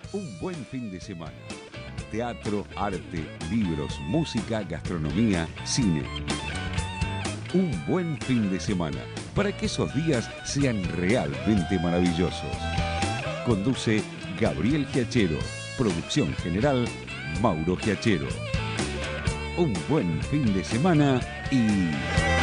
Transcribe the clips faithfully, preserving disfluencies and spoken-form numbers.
Un buen fin de semana. Teatro, arte, libros, música, gastronomía, cine. Un buen fin de semana para que esos días sean realmente maravillosos. Conduce Gabriel Giachero. Producción general, Mauro Giachero. Un buen fin de semana y...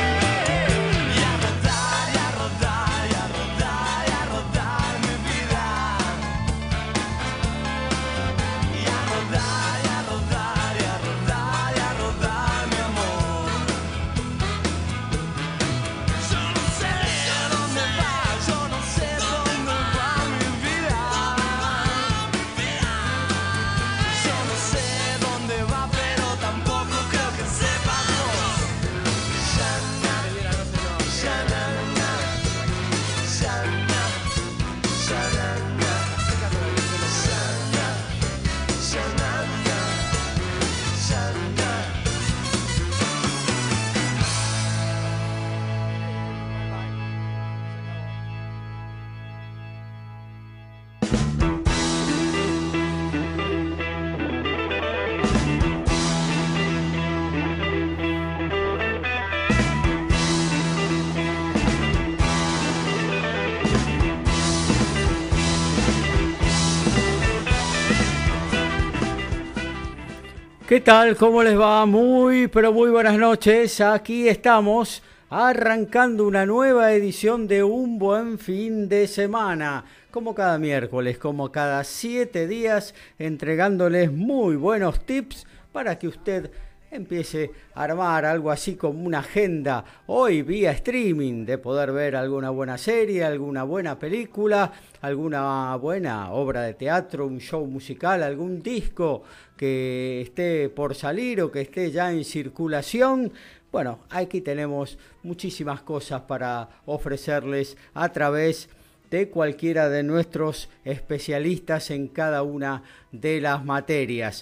¿Qué tal? ¿Cómo les va? Muy, pero muy buenas noches. Aquí estamos arrancando una nueva edición de Un Buen Fin de Semana. Como cada miércoles, como cada siete días, entregándoles muy buenos tips para que usted empiece a armar algo así como una agenda hoy vía streaming, de poder ver alguna buena serie, alguna buena película, alguna buena obra de teatro, un show musical, algún disco que esté por salir o que esté ya en circulación. Bueno, aquí tenemos muchísimas cosas para ofrecerles a través de cualquiera de nuestros especialistas en cada una de las materias.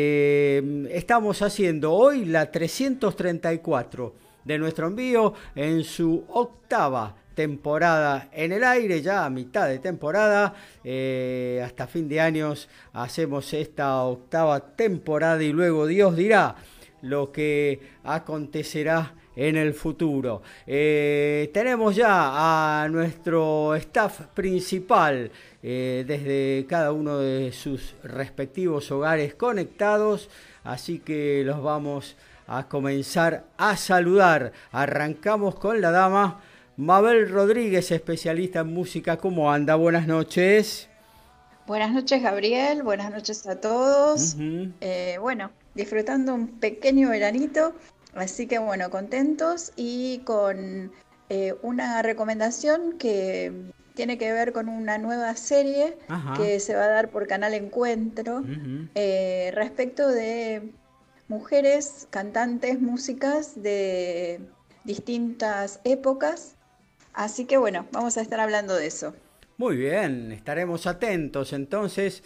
Eh, estamos haciendo hoy la trescientos treinta y cuatro de nuestro envío en su octava temporada en el aire, ya a mitad de temporada. Eh, hasta fin de años hacemos esta octava temporada y luego Dios dirá lo que acontecerá en el futuro. Eh, tenemos ya a nuestro staff principal eh, desde cada uno de sus respectivos hogares conectados, así que los vamos a comenzar a saludar. Arrancamos con la dama Mabel Rodríguez, especialista en música. ¿Cómo anda? Buenas noches. Buenas noches, Gabriel. Buenas noches a todos. Uh-huh. eh, bueno, disfrutando un pequeño veranito. Así que bueno, contentos y con eh, una recomendación que tiene que ver con una nueva serie Ajá. que se va a dar por Canal Encuentro uh-huh. eh, respecto de mujeres, cantantes, músicas de distintas épocas. Así que bueno, vamos a estar hablando de eso. Muy bien, estaremos atentos entonces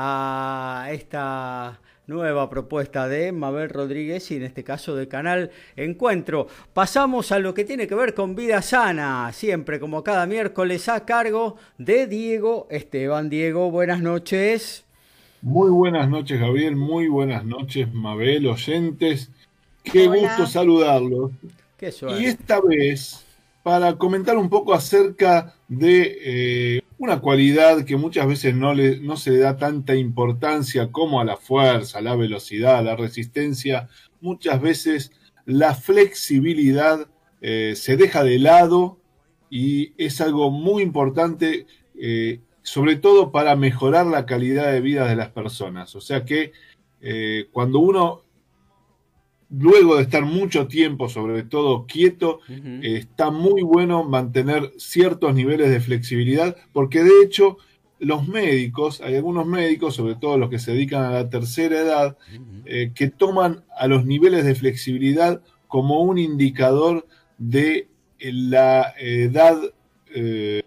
a esta nueva propuesta de Mabel Rodríguez y en este caso de Canal Encuentro. Pasamos a lo que tiene que ver con Vida Sana, siempre como cada miércoles a cargo de Diego Esteban. Diego, buenas noches. Muy buenas noches, Gabriel, muy buenas noches, Mabel, oyentes. Qué Hola. Gusto saludarlos. Qué suerte. Y esta vez, para comentar un poco acerca de eh, una cualidad que muchas veces no, le, no se le da tanta importancia como a la fuerza, a la velocidad, a la resistencia. Muchas veces la flexibilidad eh, se deja de lado y es algo muy importante, eh, sobre todo para mejorar la calidad de vida de las personas. O sea que eh, cuando uno, luego de estar mucho tiempo, sobre todo quieto, uh-huh. eh, está muy bueno mantener ciertos niveles de flexibilidad, porque de hecho los médicos, hay algunos médicos, sobre todo los que se dedican a la tercera edad, uh-huh. eh, que toman a los niveles de flexibilidad como un indicador de la edad eh,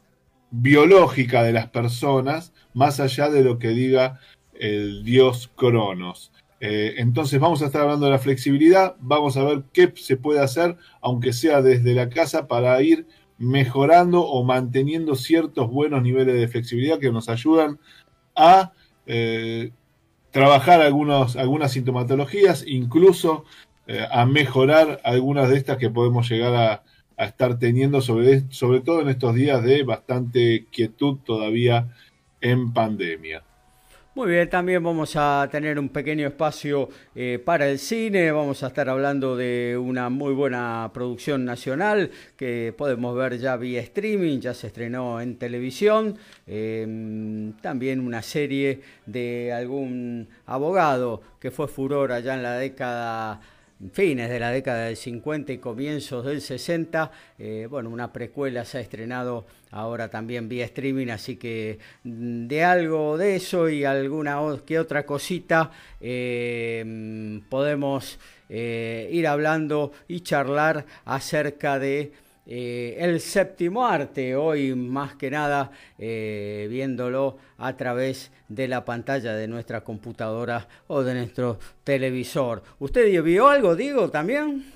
biológica de las personas, más allá de lo que diga el dios Cronos. Eh, entonces vamos a estar hablando de la flexibilidad, vamos a ver qué se puede hacer, aunque sea desde la casa, para ir mejorando o manteniendo ciertos buenos niveles de flexibilidad que nos ayudan a eh, trabajar algunos, algunas sintomatologías, incluso eh, a mejorar algunas de estas que podemos llegar a, a estar teniendo, sobre, sobre todo en estos días de bastante quietud todavía en pandemia. Muy bien, también vamos a tener un pequeño espacio eh, para el cine, vamos a estar hablando de una muy buena producción nacional que podemos ver ya vía streaming, ya se estrenó en televisión, eh, también una serie de algún abogado que fue furor allá en la década, fines de la década del cincuenta y comienzos del sesenta, eh, bueno, una precuela se ha estrenado ahora también vía streaming, así que de algo de eso y alguna que otra cosita eh, podemos eh, ir hablando y charlar acerca de eh, el séptimo arte, hoy más que nada eh, viéndolo a través de la pantalla de nuestra computadora o de nuestro televisor. ¿Usted vio algo, Diego, también?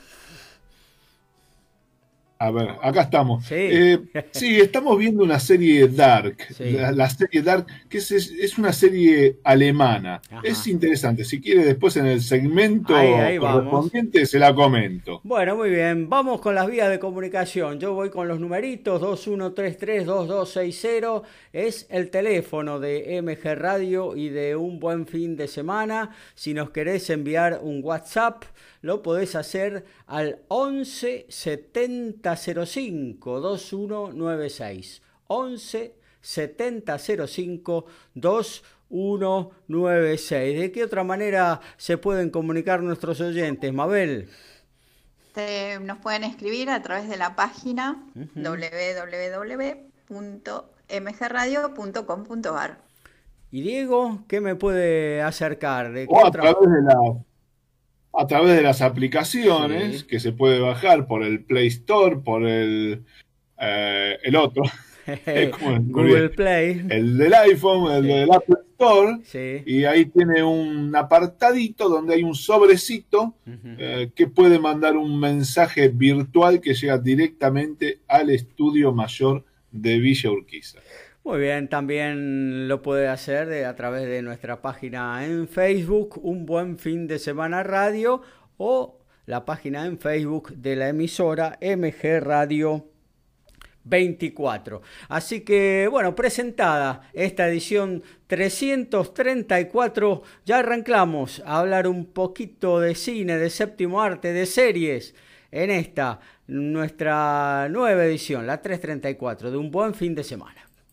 A ver, acá estamos. Sí, eh, sí estamos viendo una serie Dark, sí. la, la serie Dark, que es, es una serie alemana. Ajá. Es interesante, si quiere después en el segmento ahí, ahí correspondiente vamos. Se la comento. Bueno, muy bien, vamos con las vías de comunicación. Yo voy con los numeritos, dos uno tres tres, dos dos seis cero, es el teléfono de M G Radio y de Un Buen Fin de Semana. Si nos querés enviar un WhatsApp, lo podés hacer al once setenta cero cinco dos uno nueve seis. once setenta cero cinco dos uno nueve seis. ¿De qué otra manera se pueden comunicar nuestros oyentes, Mabel? Te, nos pueden escribir a través de la página uh-huh. doble u doble u doble u punto m g radio punto com punto a r. Y Diego, ¿qué me puede acercar? ¿De qué o a otra... través de la a través de las aplicaciones sí. que se puede bajar por el Play Store, por el eh, el otro Google Play, el del iPhone, el sí. del Apple Store, sí. y ahí tiene un apartadito donde hay un sobrecito uh-huh. eh, que puede mandar un mensaje virtual que llega directamente al estudio mayor de Villa Urquiza. Muy bien, también lo puede hacer de, a través de nuestra página en Facebook, Un Buen Fin de Semana Radio, o la página en Facebook de la emisora M G Radio veinticuatro. Así que, bueno, presentada esta edición trescientos treinta y cuatro, ya arrancamos a hablar un poquito de cine, de séptimo arte, de series, en esta, nuestra nueva edición, la trescientos treinta y cuatro, de Un Buen Fin de Semana.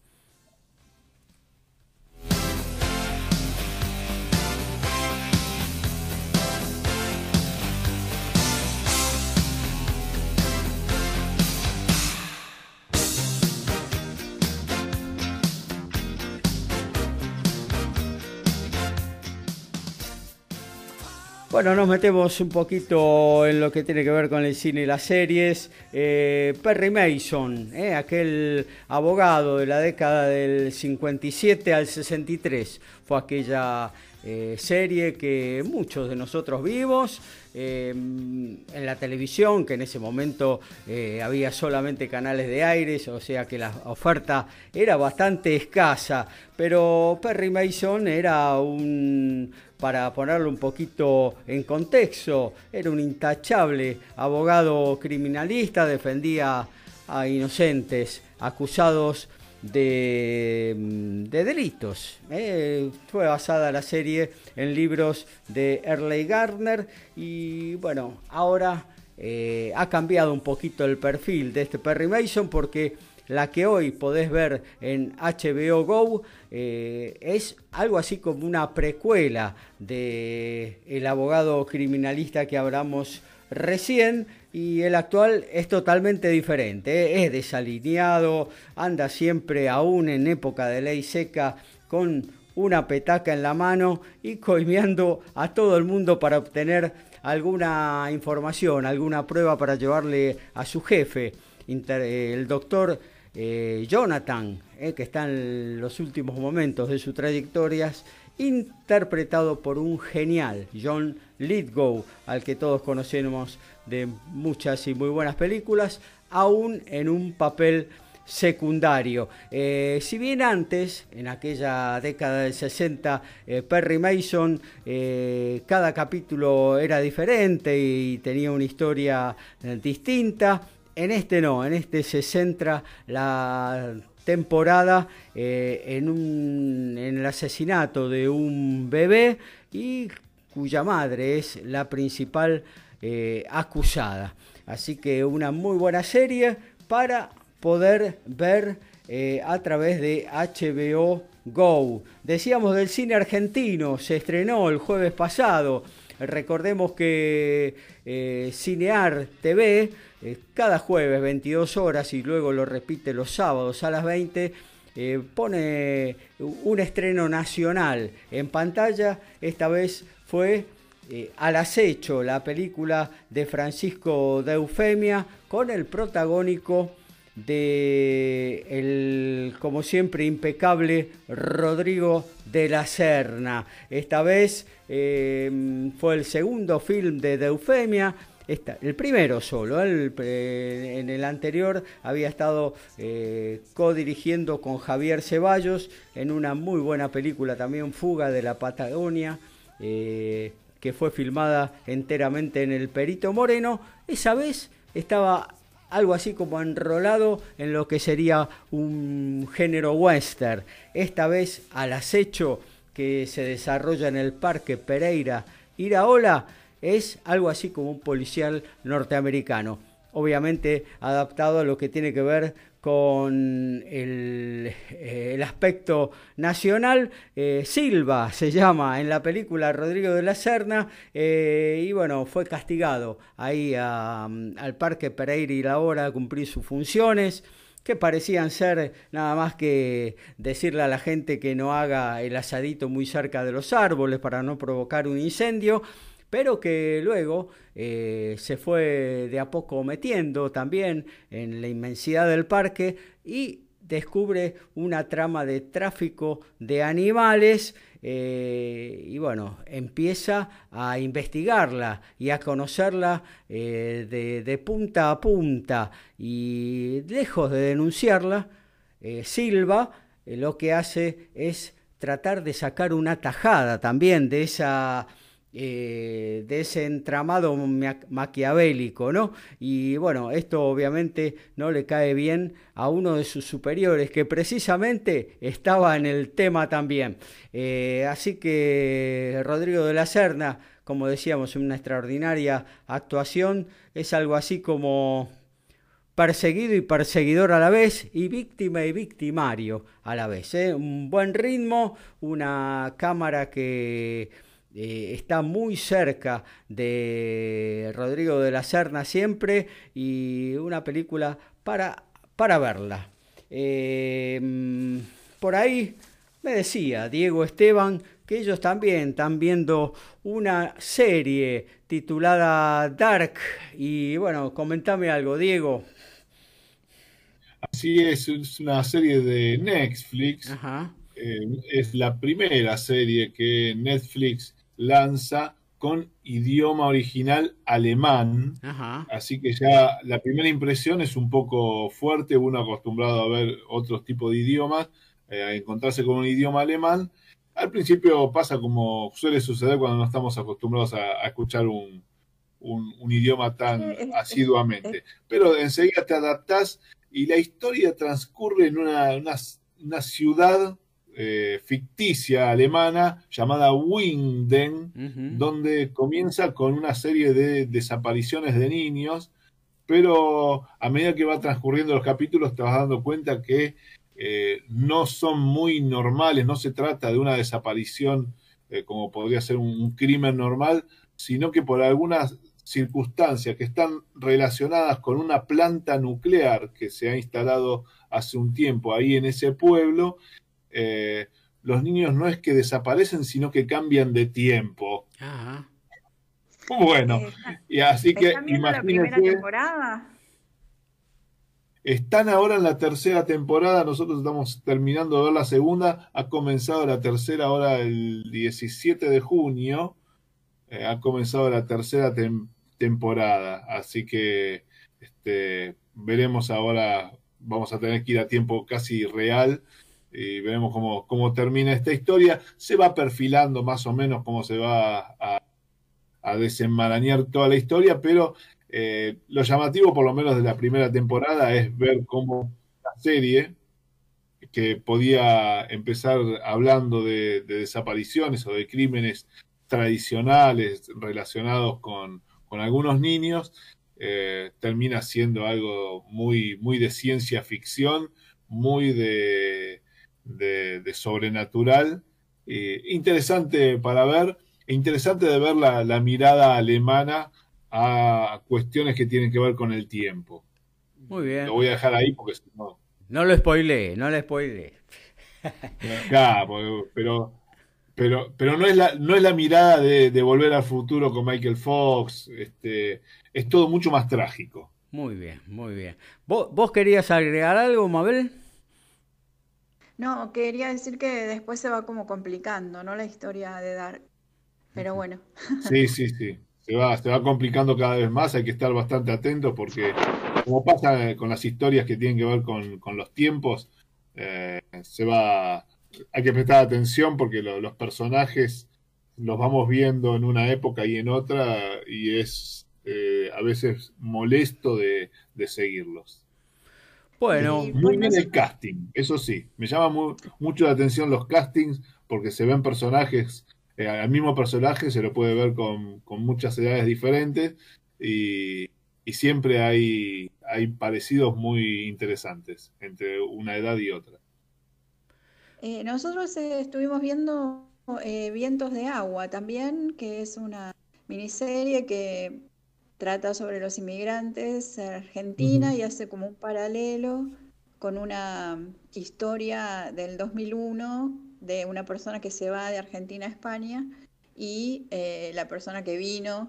Bueno, nos metemos un poquito en lo que tiene que ver con el cine y las series. Eh, Perry Mason, eh, aquel abogado de la década del cincuenta y siete al sesenta y tres, fue aquella eh, serie que muchos de nosotros vimos eh, en la televisión, que en ese momento eh, había solamente canales de aires, o sea que la oferta era bastante escasa, pero Perry Mason era un... para ponerlo un poquito en contexto, era un intachable abogado criminalista, defendía a inocentes acusados de, de delitos. Eh, fue basada la serie en libros de Early Gardner y bueno, ahora eh, ha cambiado un poquito el perfil de este Perry Mason porque la que hoy podés ver en H B O Go eh, es algo así como una precuela de El abogado criminalista que hablamos recién, y el actual es totalmente diferente, ¿eh? Es desalineado, anda siempre aún en época de ley seca con una petaca en la mano y coimeando a todo el mundo para obtener alguna información, alguna prueba para llevarle a su jefe, el doctor Eh, Jonathan, eh, que está en los últimos momentos de su trayectoria, interpretado por un genial John Lithgow, al que todos conocemos de muchas y muy buenas películas, aún en un papel secundario. Eh, si bien antes, en aquella década del sesenta, eh, Perry Mason, eh, cada capítulo era diferente y tenía una historia eh, distinta, en este no, en este se centra la temporada eh, en, un, en el asesinato de un bebé y cuya madre es la principal eh, acusada. Así que una muy buena serie para poder ver eh, a través de H B O Go. Decíamos del cine argentino, se estrenó el jueves pasado. Recordemos que eh, Cinear T V eh, cada jueves veintidós horas y luego lo repite los sábados a las veinte, eh, pone un estreno nacional en pantalla. Esta vez fue eh, Al acecho, la película de Francisco de Eufemia con el protagónico de el, como siempre, impecable Rodrigo de la Serna. Esta vez eh, fue el segundo film de De Eufemia, esta, el primero solo, el, eh, en el anterior había estado eh, co-dirigiendo con Javier Ceballos en una muy buena película también, Fuga de la Patagonia, eh, que fue filmada enteramente en el Perito Moreno. Esa vez estaba algo así como enrolado en lo que sería un género western. Esta vez Al acecho, que se desarrolla en el Parque Pereira Iraola, es algo así como un policial norteamericano. Obviamente adaptado a lo que tiene que ver con el, eh, el aspecto nacional. eh, Silva se llama en la película Rodrigo de la Serna, eh, y bueno, fue castigado ahí a, al Parque Pereira Iraola a cumplir sus funciones, que parecían ser nada más que decirle a la gente que no haga el asadito muy cerca de los árboles para no provocar un incendio, pero que luego eh, se fue de a poco metiendo también en la inmensidad del parque y descubre una trama de tráfico de animales, eh, y bueno, empieza a investigarla y a conocerla eh, de, de punta a punta, y lejos de denunciarla, eh, Silva eh, lo que hace es tratar de sacar una tajada también de esa... Eh, de ese entramado maquiavélico, ¿no? Y bueno, esto obviamente no le cae bien a uno de sus superiores, que precisamente estaba en el tema también. Eh, así que Rodrigo de la Serna, como decíamos, una extraordinaria actuación, es algo así como perseguido y perseguidor a la vez, y víctima y victimario a la vez, ¿eh? Un buen ritmo, una cámara que Eh, está muy cerca de Rodrigo de la Serna siempre, y una película para, para verla. Eh, por ahí me decía Diego Esteban que ellos también están viendo una serie titulada Dark, y bueno, comentame algo, Diego. Así es, es una serie de Netflix. Ajá. Eh, es la primera serie que Netflix lanza con idioma original alemán. Ajá. Así que ya la primera impresión es un poco fuerte, uno acostumbrado a ver otros tipos de idiomas, eh, a encontrarse con un idioma alemán. Al principio pasa como suele suceder cuando no estamos acostumbrados a, a escuchar un, un, un idioma tan asiduamente, pero enseguida te adaptás y la historia transcurre en una, una, una ciudad Eh, ficticia alemana llamada Winden, uh-huh. donde comienza con una serie de desapariciones de niños, pero a medida que va transcurriendo los capítulos te vas dando cuenta que eh, no son muy normales, no se trata de una desaparición eh, como podría ser un, un crimen normal, sino que por algunas circunstancias que están relacionadas con una planta nuclear que se ha instalado hace un tiempo ahí en ese pueblo. Eh, los niños no es que desaparecen, sino que cambian de tiempo. Ajá. Bueno, eh, y así que ¿están viendo la primera temporada? Están ahora en la tercera temporada, nosotros estamos terminando de ver la segunda, ha comenzado la tercera ahora el diecisiete de junio, eh, ha comenzado la tercera tem- temporada, así que este, veremos ahora vamos a tener que ir a tiempo casi real y veremos cómo, cómo termina esta historia. Se va perfilando más o menos cómo se va a, a desenmarañar toda la historia, pero eh, lo llamativo, por lo menos de la primera temporada, es ver cómo la serie, que podía empezar hablando de, de desapariciones o de crímenes tradicionales relacionados con, con algunos niños, eh, termina siendo algo muy, muy de ciencia ficción, muy de, de, de sobrenatural, eh, interesante para ver, e interesante de ver la, la mirada alemana a cuestiones que tienen que ver con el tiempo. Muy bien. Lo voy a dejar ahí porque si no... No lo spoileé, no lo spoileé. Claro, pero, pero, pero no es la, no es la mirada de, de Volver al Futuro con Michael Fox, este, es todo mucho más trágico. Muy bien, muy bien. ¿Vos, vos querías agregar algo, Mabel? No, quería decir que después se va como complicando, ¿no? La historia de Dark. Pero bueno. Sí, sí, sí. Se va, se va complicando cada vez más, hay que estar bastante atentos porque, como pasa con las historias que tienen que ver con, con los tiempos, eh, se va, hay que prestar atención porque lo, los personajes los vamos viendo en una época y en otra y es eh, a veces molesto de, de seguirlos. Bueno, Y Muy bueno, bien el casting, eso sí, me llama mu- mucho la atención los castings porque se ven personajes, eh, al mismo personaje se lo puede ver con, con muchas edades diferentes y, y siempre hay, hay parecidos muy interesantes entre una edad y otra. eh, nosotros eh, estuvimos viendo eh, Vientos de Agua también, que es una miniserie que trata sobre los inmigrantes en Ujú. Argentina y hace como un paralelo con una historia del dos mil uno de una persona que se va de Argentina a España y eh, la persona que vino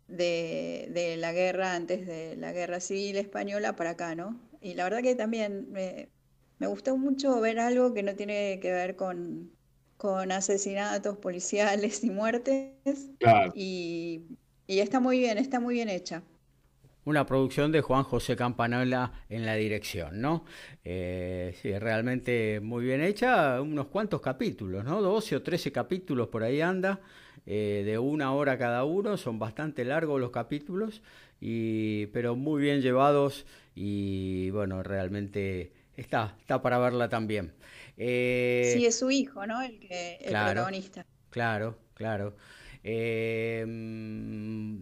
de, de la guerra, antes de la guerra civil española para acá, ¿no? Y la verdad que también me, me gustó mucho ver algo que no tiene que ver con, con asesinatos policiales y muertes Claro. y, y está muy bien, está muy bien hecha. una producción de Juan José Campanola en la dirección, ¿no? Eh, sí, realmente muy bien hecha, unos cuantos capítulos, ¿no? doce o trece capítulos por ahí anda, eh, de una hora cada uno, son bastante largos los capítulos, y, pero muy bien llevados y bueno, realmente está, está para verla también. Sí, Eh, es su hijo, ¿no? El que, el claro, protagonista. claro, claro. Eh, mm,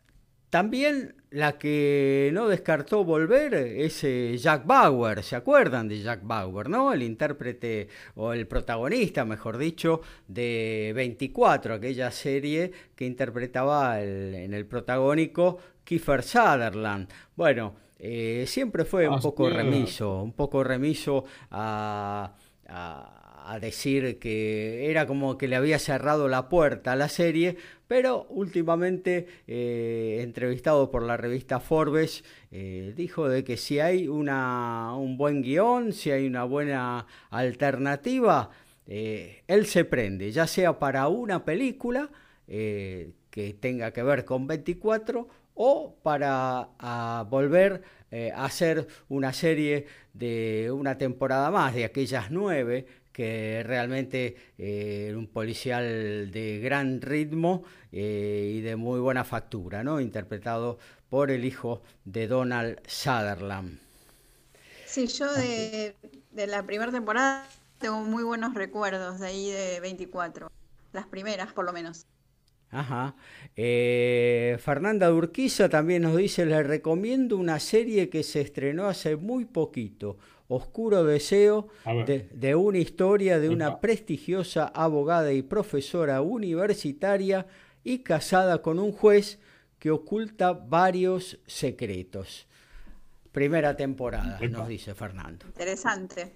También la que no descartó volver es eh, Jack Bauer, ¿se acuerdan de Jack Bauer, no? El intérprete o el protagonista, mejor dicho, de veinticuatro, aquella serie que interpretaba el- en el protagónico Kiefer Sutherland. Bueno, eh, siempre fue un Ah, poco cierto. remiso, un poco remiso a, a a decir que era como que le había cerrado la puerta a la serie, pero últimamente, eh, entrevistado por la revista Forbes, eh, dijo de que si hay una, un buen guión, si hay una buena alternativa, eh, él se prende, ya sea para una película eh, que tenga que ver con veinticuatro o para a volver eh, a hacer una serie de una temporada más, de aquellas nueve que realmente eh, un policial de gran ritmo eh, y de muy buena factura, ¿no? Interpretado por el hijo de Donald Sutherland. Sí, yo de, de la primera temporada tengo muy buenos recuerdos de ahí de veinticuatro. Las primeras, por lo menos. Ajá. Eh, Fernanda Urquiza también nos dice, le recomiendo una serie que se estrenó hace muy poquito, Oscuro Deseo, A ver, de, de una historia de una epa. prestigiosa abogada y profesora universitaria y casada con un juez que oculta varios secretos. Primera temporada, nos Epa. dice Fernando. Interesante.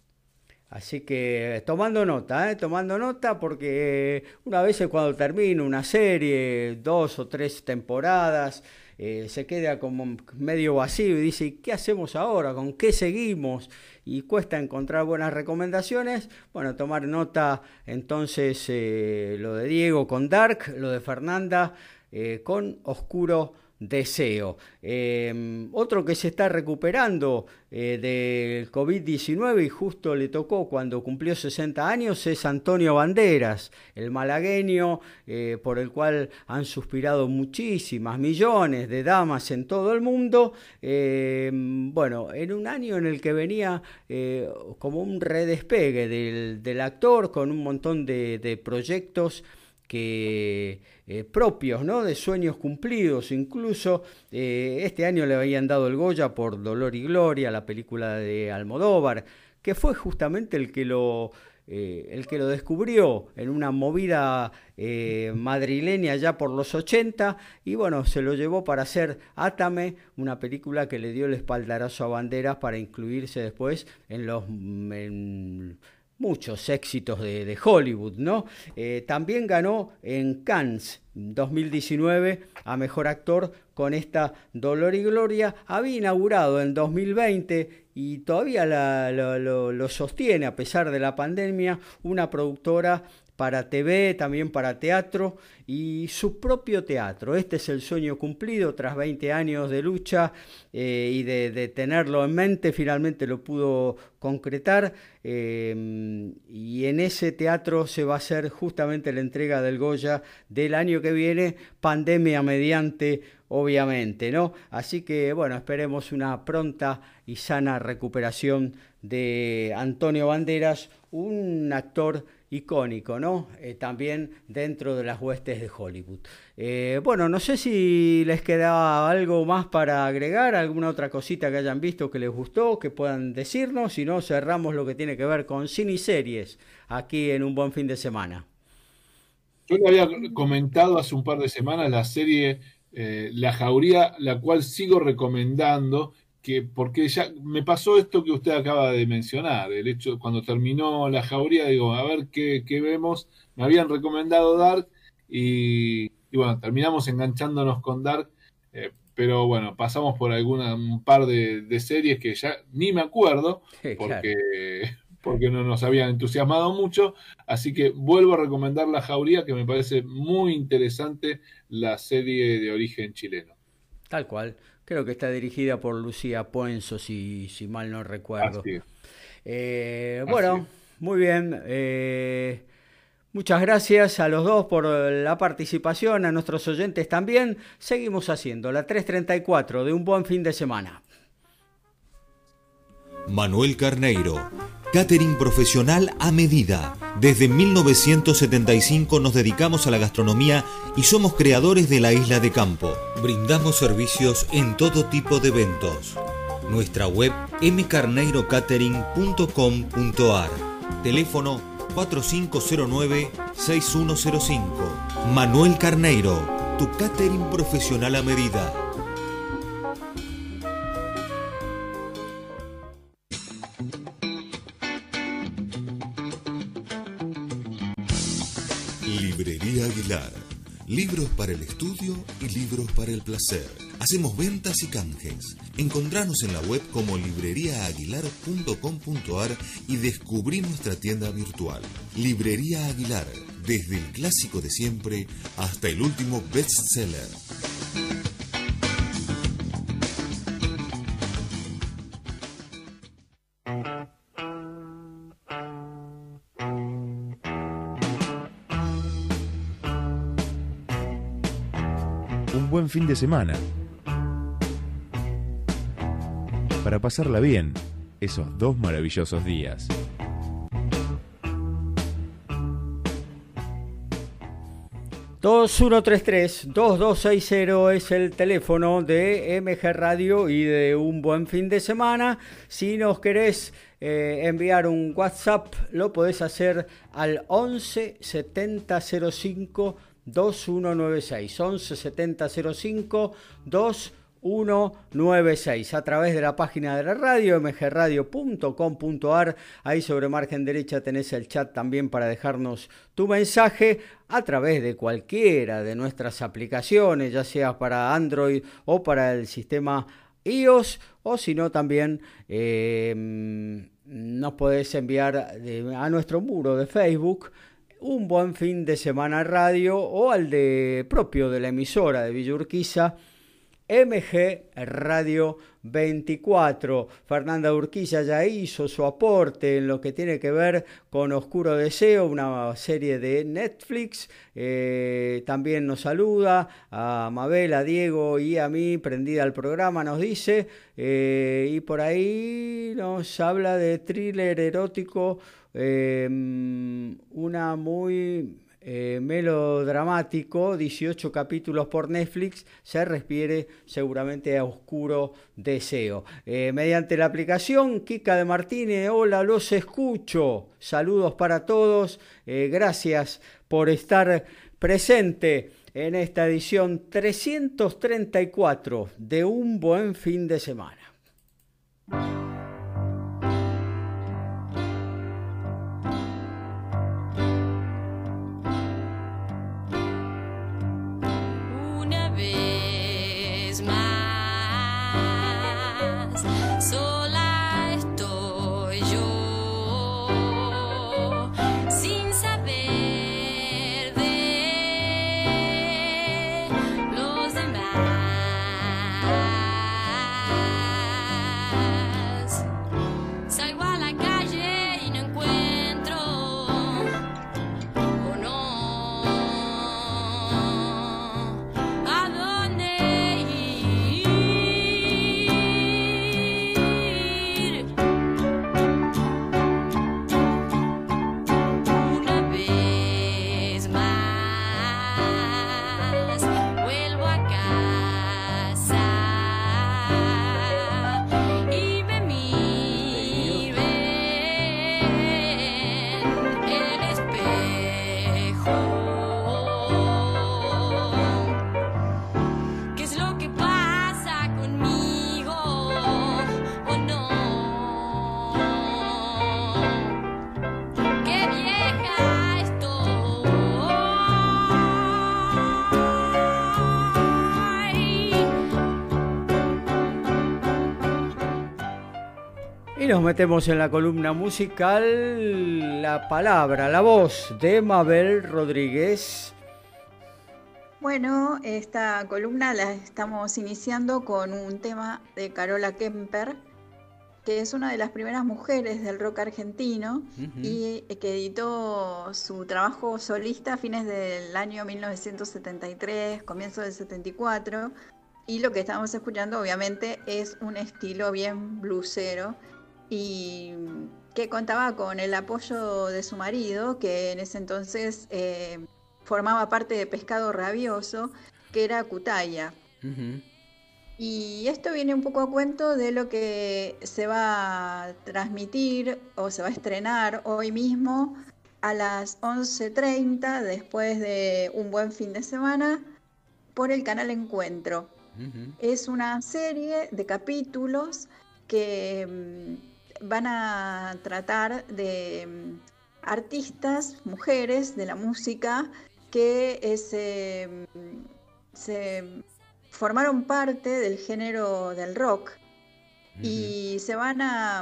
Así que tomando nota, ¿eh? Tomando nota porque una vez cuando termina una serie, dos o tres temporadas, eh, se queda como medio vacío y dice, ¿qué hacemos ahora? ¿Con qué seguimos? Y cuesta encontrar buenas recomendaciones. Bueno, tomar nota entonces eh, lo de Diego con Dark, lo de Fernanda eh, con Oscuro deseo. Eh, otro que se está recuperando eh, del COVID diecinueve y justo le tocó cuando cumplió sesenta años es Antonio Banderas, el malagueño eh, por el cual han suspirado muchísimas millones de damas en todo el mundo. Eh, bueno, en un año en el que venía eh, como un redespegue del, del actor con un montón de, de proyectos que eh, propios, ¿no? De sueños cumplidos. Incluso eh, este año le habían dado el Goya por Dolor y Gloria, la película de Almodóvar, que fue justamente el que lo eh, el que lo descubrió en una movida eh, madrileña ya por los ochenta, y bueno, se lo llevó para hacer Átame, una película que le dio el espaldarazo a Banderas para incluirse después en los en, muchos éxitos de, de Hollywood, ¿no? Eh, también ganó en Cannes dos mil diecinueve a Mejor Actor con esta Dolor y Gloria. Había inaugurado en dos mil veinte y todavía la, lo, lo, lo sostiene a pesar de la pandemia, una productora para T V, también para teatro y su propio teatro. Este es el sueño cumplido tras veinte años de lucha eh, y de, de tenerlo en mente, finalmente lo pudo concretar eh, y en ese teatro se va a hacer justamente la entrega del Goya del año que viene, pandemia mediante, obviamente, ¿no? Así que, bueno, esperemos una pronta y sana recuperación de Antonio Banderas, un actor icónico, ¿no? Eh, también dentro de las huestes de Hollywood. Eh, bueno, no sé si les queda algo más para agregar, alguna otra cosita que hayan visto que les gustó, que puedan decirnos, si no, cerramos lo que tiene que ver con cine y series aquí en Un Buen Fin de Semana. Yo le había comentado hace un par de semanas la serie eh, La Jauría, la cual sigo recomendando, que porque ya me pasó esto que usted acaba de mencionar, el hecho cuando terminó La Jauría, digo, a ver qué, qué vemos, me habían recomendado Dark y, y bueno, terminamos enganchándonos con Dark, eh, pero bueno, pasamos por alguna, un par de, de series que ya ni me acuerdo, Sí, porque, claro. porque no nos habían entusiasmado mucho, así que vuelvo a recomendar La Jauría, que me parece muy interesante la serie de origen chileno. Tal cual. Creo que está dirigida por Lucía Puenzo, si, si mal no recuerdo. Así es. Eh, Así bueno, es. muy bien. Eh, muchas gracias a los dos por la participación, a nuestros oyentes también. Seguimos haciendo la tres treinta y cuatro de Un Buen Fin de Semana. Manuel Carneiro, catering profesional a medida. Desde mil novecientos setenta y cinco nos dedicamos a la gastronomía y somos creadores de la Isla de Campo. Brindamos servicios en todo tipo de eventos. Nuestra web m carneiro catering punto com punto a r. Teléfono cuatro cinco cero nueve seis uno cero cinco. Manuel Carneiro, tu catering profesional a medida. Librería Aguilar. Libros para el estudio y libros para el placer. Hacemos ventas y canjes. Encontranos en la web como librería aguilar punto com punto a r y descubrí nuestra tienda virtual. Librería Aguilar. Desde el clásico de siempre hasta el último bestseller. Un buen fin de semana. Para pasarla bien esos dos maravillosos días. dos uno tres tres dos dos seis cero es el teléfono de M G Radio y de Un Buen Fin de Semana. Si nos querés eh, enviar un WhatsApp, lo podés hacer al once setenta cero cinco dos uno nueve seis, once setenta cero cinco dos uno nueve seis, a través de la página de la radio, m g radio punto com punto a r. Ahí sobre margen derecha tenés el chat también para dejarnos tu mensaje a través de cualquiera de nuestras aplicaciones, ya sea para Android o para el sistema iOS, o si no también eh, nos podés enviar de, a nuestro muro de Facebook Un Buen Fin de Semana Radio, o al de propio de la emisora de Villa Urquiza, M G Radio veinticuatro. Fernanda Urquiza ya hizo su aporte en lo que tiene que ver con Oscuro Deseo, una serie de Netflix. Eh, también nos saluda a Mabel, a Diego y a mí, prendida al programa, nos dice. Eh, y por ahí nos habla de thriller erótico, eh, una muy... Eh, melodramático, dieciocho capítulos por Netflix, se refiere seguramente a Oscuro Deseo. Eh, mediante la aplicación, Kika de Martínez, hola, los escucho. Saludos para todos, eh, gracias por estar presente en esta edición trescientos treinta y cuatro de Un Buen Fin de Semana. Nos metemos en la columna musical, la palabra, la voz de Mabel Rodríguez. Bueno, esta columna la estamos iniciando con un tema de Carola Kemper, que es una de las primeras mujeres del rock argentino, uh-huh. y que editó su trabajo solista a fines del año mil novecientos setenta y tres, comienzo del setenta y cuatro, y lo que estamos escuchando obviamente es un estilo bien bluesero, y que contaba con el apoyo de su marido, que en ese entonces eh, formaba parte de Pescado Rabioso, que era Cutaya. Uh-huh. Y esto viene un poco a cuento de lo que se va a transmitir o se va a estrenar hoy mismo a las once treinta, después de Un Buen Fin de Semana, por el canal Encuentro. Uh-huh. Es una serie de capítulos que van a tratar de artistas, mujeres de la música que se, se formaron parte del género del rock. Uh-huh. Y se van a,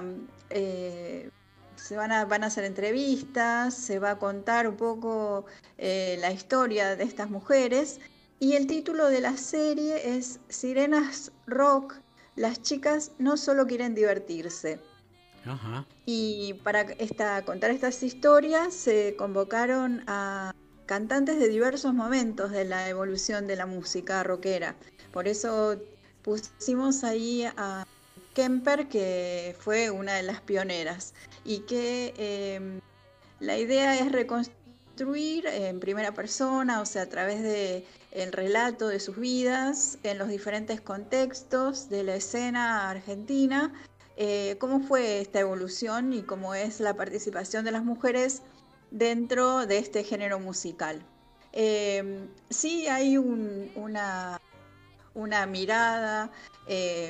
eh, se van a van a hacer entrevistas, se va a contar un poco eh, la historia de estas mujeres, y el título de la serie es Sirenas Rock, las chicas no solo quieren divertirse. Uh-huh. Y para esta, contar estas historias se convocaron a cantantes de diversos momentos de la evolución de la música rockera. Por eso pusimos ahí a Kemper, que fue una de las pioneras, y que eh, la idea es reconstruir en primera persona, o sea, a través de el relato de sus vidas en los diferentes contextos de la escena argentina, eh, cómo fue esta evolución y cómo es la participación de las mujeres dentro de este género musical. Eh, sí hay un, una, una mirada eh,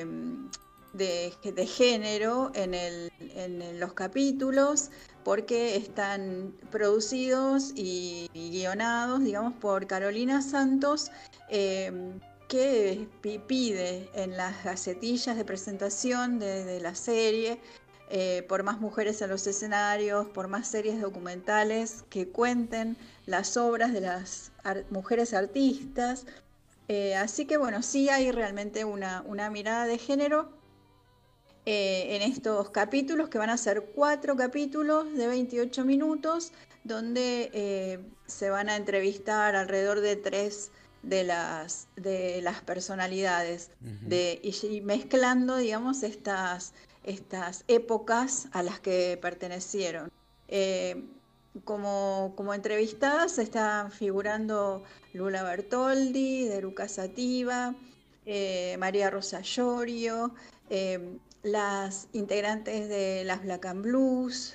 de, de género en, el, en los capítulos, porque están producidos y, y guionados, digamos, por Carolina Santos, eh, que pide en las gacetillas de presentación de, de la serie eh, por más mujeres en los escenarios, por más series documentales que cuenten las obras de las ar- mujeres artistas, Eh, así que bueno, sí hay realmente una, una mirada de género eh, en estos capítulos, que van a ser cuatro capítulos de veintiocho minutos, donde eh, se van a entrevistar alrededor de tres de las, de las personalidades, Ujú. de, y, y mezclando, digamos, estas, estas épocas a las que pertenecieron. Eh, como, como entrevistadas están figurando Lula Bertoldi, Deruca Sativa, eh, María Rosa Llorio, eh, las integrantes de las Black and Blues,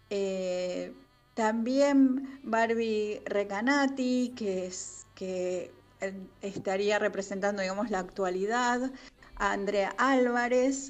eh, también Barbie Recanati, que, es, que eh, estaría representando, digamos, la actualidad, a Andrea Álvarez,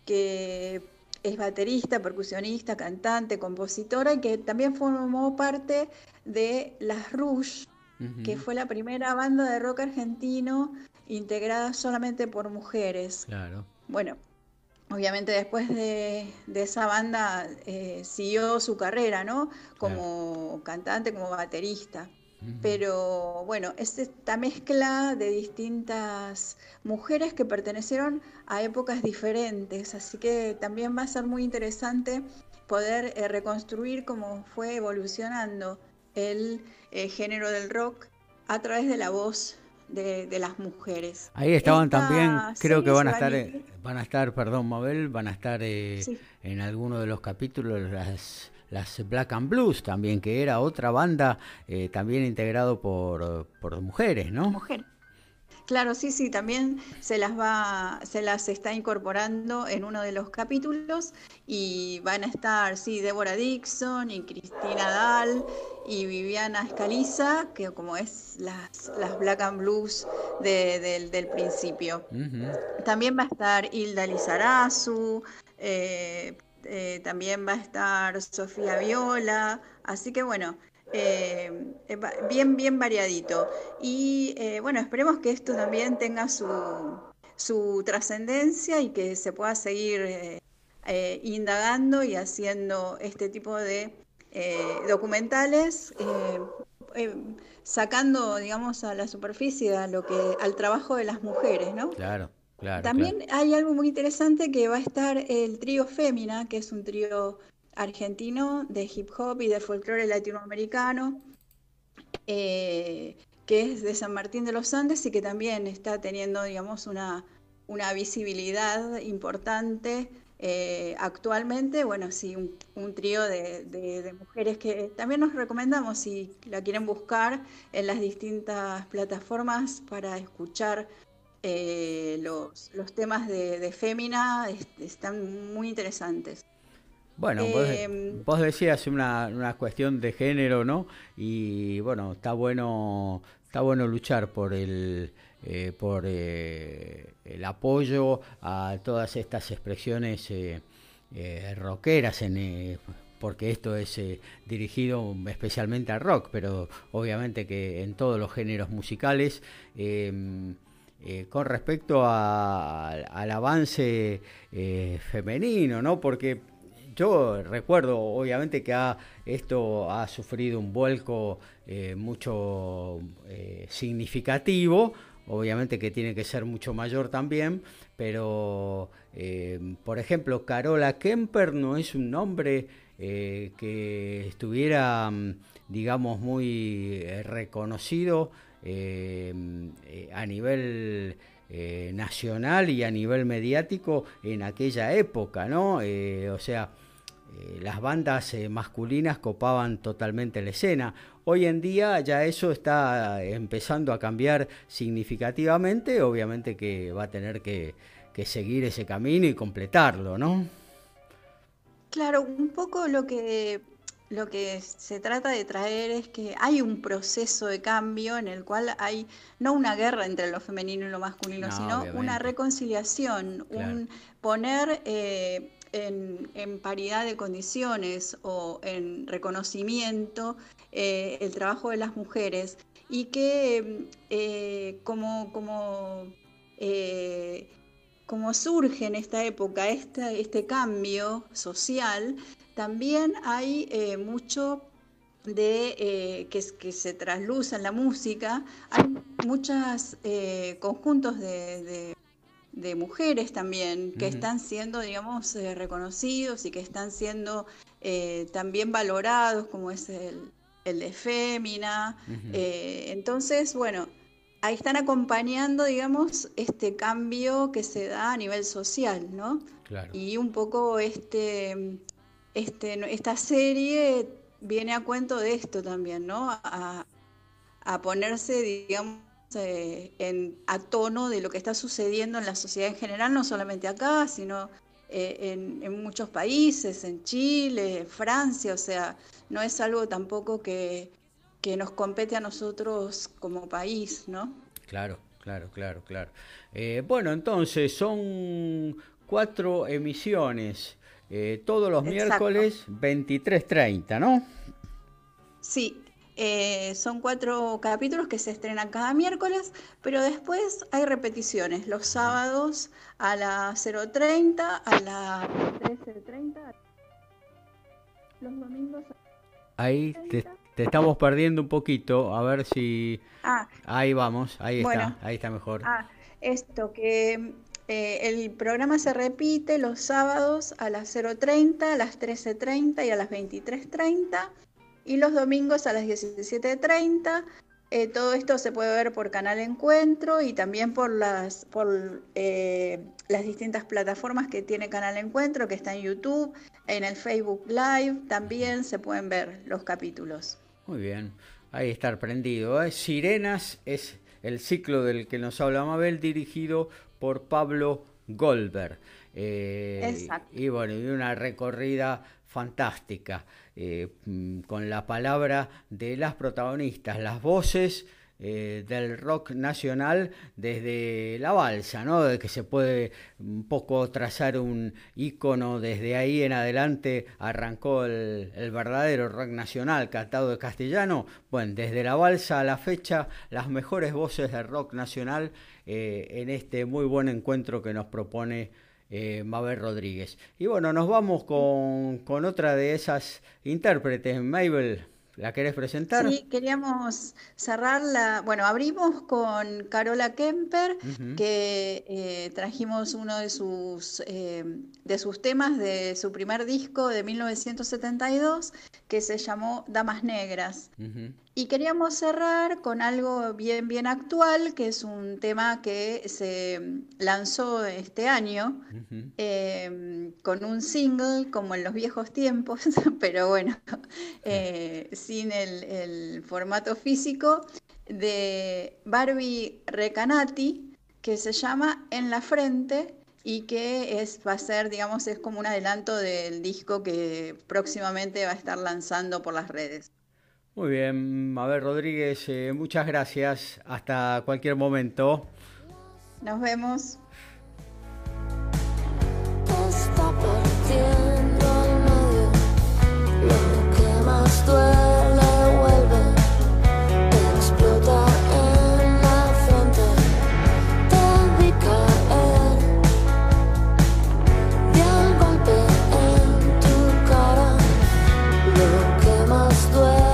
que es baterista, percusionista, cantante, compositora, y que también formó parte de Las Rouge, Ujú. que fue la primera banda de rock argentino integrada solamente por mujeres. Claro. Bueno, obviamente después de, de esa banda eh, siguió su carrera, ¿no? Como cantante, como baterista. Ujú. Pero bueno, es esta mezcla de distintas mujeres que pertenecieron a épocas diferentes, así que también va a ser muy interesante poder eh, reconstruir cómo fue evolucionando el eh, género del rock a través de la voz de, de las mujeres. Ahí estaban Esta también, creo que serie van se a va estar, emitir- eh, van a estar, perdón, Mabel, van a estar eh, Sí. en alguno de los capítulos las, las Black and Blues también, que era otra banda eh, también integrado por, por mujeres, ¿no? Mujer. Claro, sí, sí, también se las va, se las está incorporando en uno de los capítulos, y van a estar, sí, Débora Dixon y Cristina Dahl y Viviana Escaliza, que como es las, las Black and Blues de- del, del principio. Ujú. También va a estar Hilda Lizarazu, eh, eh, también va a estar Sofía Viola, así que bueno, eh, eh, va- bien, bien variadito. Y eh, bueno, esperemos que esto también tenga su, su trascendencia y que se pueda seguir eh, eh, indagando y haciendo este tipo de eh, documentales, eh, eh, sacando, digamos, a la superficie a lo que, al trabajo de las mujeres, ¿no? Claro, claro, También claro. hay algo muy interesante, que va a estar el trío Fémina, que es un trío argentino de hip hop y de folclore latinoamericano, eh, que es de San Martín de los Andes y que también está teniendo, digamos, una, una visibilidad importante eh, actualmente. Bueno, sí, un, un trío de, de- de mujeres que también nos recomendamos, si la quieren buscar en las distintas plataformas para escuchar eh, los, los temas de, de Fémina, est- están muy interesantes. Bueno, vos, Eh, vos decías una, una cuestión de género, ¿no? Y bueno, está bueno, está bueno luchar por el, eh, por eh, el apoyo a todas estas expresiones eh, eh, rockeras, en, eh, porque esto es eh, dirigido especialmente al rock, pero obviamente que en todos los géneros musicales. eh, eh, con respecto a- al avance eh, femenino, ¿no? Porque yo recuerdo, obviamente, que ha, esto ha sufrido un vuelco eh, mucho eh, significativo, obviamente que tiene que ser mucho mayor también, pero, eh, por ejemplo, Carola Kemper no es un nombre eh, que estuviera, mm, digamos, muy eh, reconocido eh, eh, a nivel eh, nacional y a nivel mediático en aquella época, ¿no? Eh, o sea, eh, las bandas eh, masculinas copaban totalmente la escena. Hoy en día ya eso está empezando a cambiar significativamente, obviamente que va a tener que, que seguir ese camino y completarlo, ¿no? Claro, un poco lo que, lo que se trata de traer es que hay un proceso de cambio en el cual hay no una guerra entre lo femenino y lo masculino, No, sino una obviamente, reconciliación, claro. un poner eh, en, en paridad de condiciones o en reconocimiento eh, el trabajo de las mujeres, y que eh, como, como eh, como surge en esta época esta- este cambio social, también hay eh, mucho de eh, que, que se trasluza en la música. Hay muchos eh, conjuntos de, de, de mujeres también que uh-huh. están siendo, digamos, eh, reconocidos y que están siendo eh, también valorados, como es el, el de Fémina. Uh-huh. Eh, entonces, bueno, ahí están acompañando, digamos, este cambio que se da a nivel social, ¿no? Claro. Y un poco este, este, esta serie viene a cuento de esto también, ¿no? A, a ponerse, digamos, eh, en, a tono de lo que está sucediendo en la sociedad en general, no solamente acá, sino eh, en, en muchos países, en Chile, Francia, o sea, no es algo tampoco que, que nos compete a nosotros como país, ¿no? Claro, claro, claro, claro. Eh, bueno, entonces son cuatro emisiones. Eh, todos los Exacto. miércoles veintitrés treinta, ¿no? Sí, eh, son cuatro capítulos que se estrenan cada miércoles, pero después hay repeticiones los sábados a las cero treinta, a las trece treinta, los domingos a Ahí te, te estamos perdiendo un poquito, a ver si... Ah, ahí vamos, ahí bueno, está, ahí está mejor. Ah, esto que... Eh, el programa se repite los sábados a las cero treinta, a las trece treinta y a las veintitrés treinta, y los domingos a las diecisiete treinta. Eh, todo esto se puede ver por Canal Encuentro y también por las, por, eh, las distintas plataformas que tiene Canal Encuentro, que está en YouTube, en el Facebook Live, también se pueden ver los capítulos. Muy bien, ahí está prendido, ¿eh? Sirenas es el ciclo del que nos habla Mabel, dirigido por Pablo Goldberg. Eh, Exacto. Y bueno, y una recorrida fantástica, eh, con la palabra de las protagonistas, las voces eh, del rock nacional desde la balsa, ¿no? De que se puede un poco trazar un ícono, desde ahí en adelante arrancó el, el verdadero rock nacional cantado de castellano. Bueno, desde la balsa a la fecha, las mejores voces del rock nacional eh, en este muy buen encuentro que nos propone Eh, Mabel Rodríguez. Y bueno, nos vamos con, con otra de esas intérpretes. Mabel, ¿la querés presentar? Sí, queríamos cerrar la... Bueno, abrimos con Carola Kemper, uh-huh. que eh, trajimos uno de sus, eh, de sus temas de su primer disco de mil novecientos setenta y dos, que se llamó Damas Negras. Uh-huh. Y queríamos cerrar con algo bien, bien actual, que es un tema que se lanzó este año, uh-huh. eh, con un single como en los viejos tiempos, pero bueno, eh, sin el, el formato físico, de Barbie Recanati, que se llama En la Frente, y que es, va a ser, digamos, es como un adelanto del disco que próximamente va a estar lanzando por las redes. Muy bien, Mabel Rodríguez, eh, muchas gracias. Hasta cualquier momento. Nos vemos. Está partiendo al medio, lo que más duele vuelve, explota en la frente, te vi caer, vi el golpe en tu cara, lo que más duele.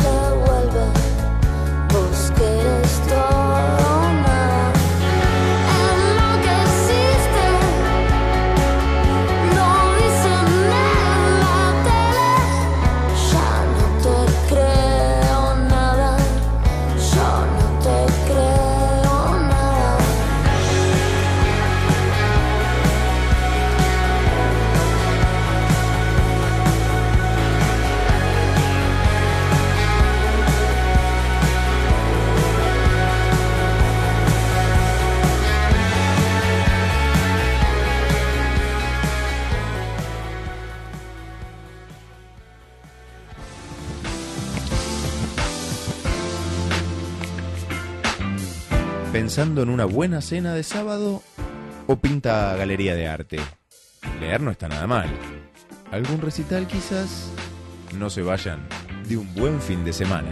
¿Pensando en una buena cena de sábado o pinta galería de arte? Leer no está nada mal. ¿Algún recital quizás? No se vayan de un buen fin de semana.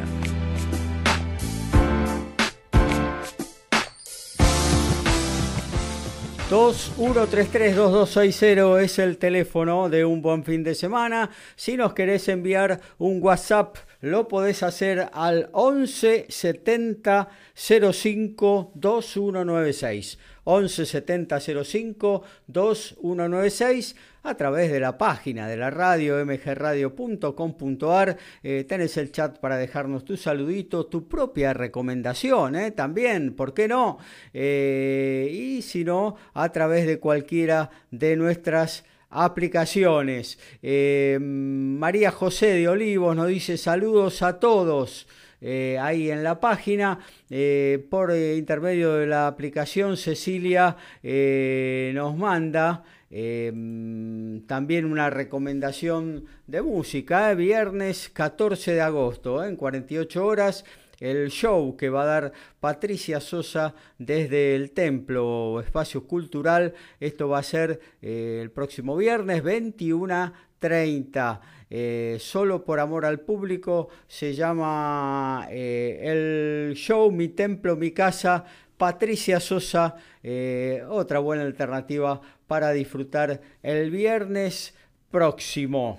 dos uno tres tres dos dos seis cero es el teléfono de Un Buen Fin de Semana. Si nos querés enviar un WhatsApp, lo podés hacer al once setenta cero cinco veintiuno noventa y seis. once setenta cero cinco veintiuno noventa y seis a través de la página de la radio m g radio punto com punto a r. Eh, tenés el chat para dejarnos tu saludito, tu propia recomendación, ¿eh? También, ¿por qué no? Eh, y si no, a través de cualquiera de nuestras aplicaciones. Eh, María José de Olivos nos dice saludos a todos. Eh, ahí en la página, eh, por eh, intermedio de la aplicación, Cecilia eh, nos manda eh, también una recomendación de música, eh, viernes catorce de agosto, eh, en cuarenta y ocho horas, el show que va a dar Patricia Sosa desde el Templo Espacio Cultural. Esto va a ser eh, el próximo viernes veintiuno treinta. Eh, solo por amor al público se llama eh, el show Mi Templo, Mi Casa. Patricia Sosa, eh, otra buena alternativa para disfrutar el viernes próximo.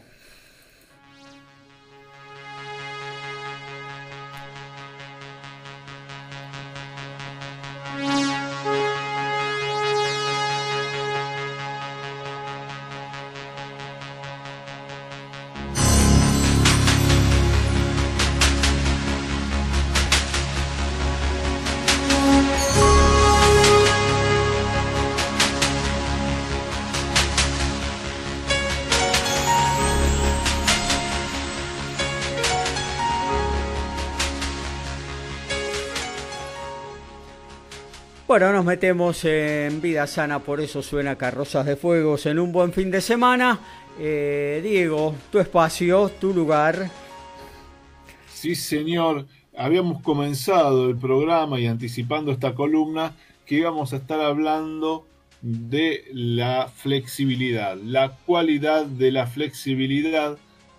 Bueno, nos metemos en Vida Sana, por eso suena Carrozas de Fuegos en un buen fin de semana. Eh, Diego, tu espacio, tu lugar. Sí, señor. Habíamos comenzado el programa y anticipando esta columna que íbamos a estar hablando de la flexibilidad, la cualidad de la flexibilidad.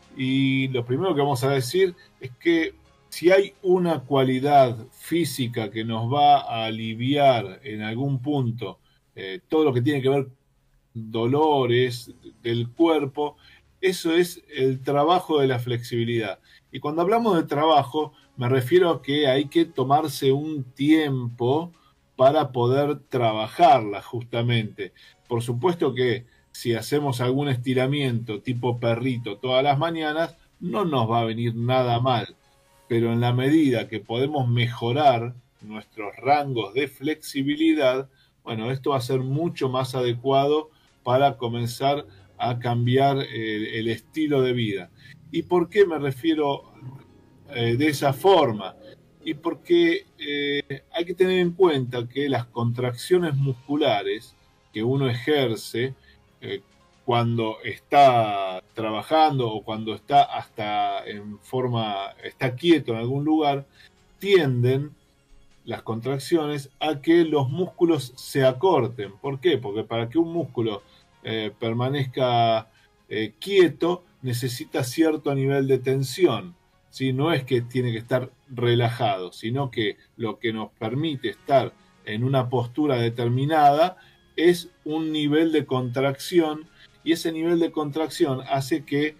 Y lo primero que vamos a decir es que si hay una cualidad física que nos va a aliviar en algún punto eh, todo lo que tiene que ver dolores del cuerpo, eso es el trabajo de la flexibilidad. Y cuando hablamos de trabajo, me refiero a que hay que tomarse un tiempo para poder trabajarla justamente. Por supuesto que si hacemos algún estiramiento tipo perrito todas las mañanas, no nos va a venir nada mal. Pero en la medida que podemos mejorar nuestros rangos de flexibilidad, bueno, esto va a ser mucho más adecuado para comenzar a cambiar el, el estilo de vida. ¿Y por qué me refiero eh, de esa forma? Y porque eh, hay que tener en cuenta que las contracciones musculares que uno ejerce eh, cuando está trabajando o cuando está hasta en forma, está quieto en algún lugar, tienden las contracciones a que los músculos se acorten. ¿Por qué? Porque para que un músculo eh, permanezca eh, quieto necesita cierto nivel de tensión. ¿Sí? No es que tiene que estar relajado, sino que lo que nos permite estar en una postura determinada es un nivel de contracción. Y ese nivel de contracción hace que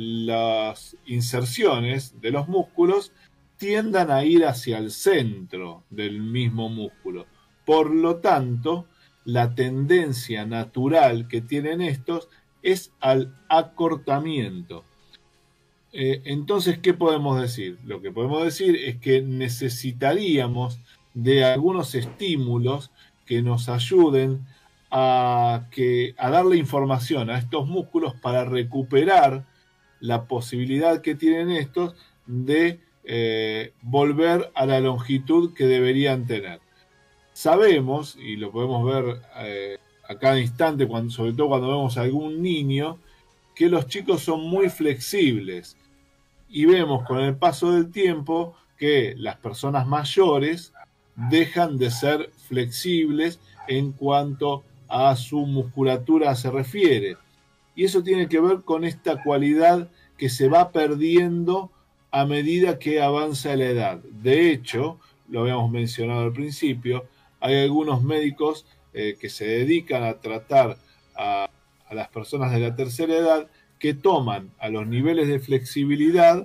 las inserciones de los músculos tiendan a ir hacia el centro del mismo músculo. Por lo tanto, la tendencia natural que tienen estos es al acortamiento. Eh, entonces, ¿qué podemos decir? Lo que podemos decir es que necesitaríamos de algunos estímulos que nos ayuden A, que, a darle información a estos músculos para recuperar la posibilidad que tienen estos de eh, volver a la longitud que deberían tener. Sabemos, y lo podemos ver eh, a cada instante, cuando, sobre todo cuando vemos a algún niño, que los chicos son muy flexibles y vemos con el paso del tiempo que las personas mayores dejan de ser flexibles en cuanto a su musculatura se refiere. Y eso tiene que ver con esta cualidad que se va perdiendo a medida que avanza la edad. De hecho, lo habíamos mencionado al principio, hay algunos médicos eh, que se dedican a tratar a, a las personas de la tercera edad que toman a los niveles de flexibilidad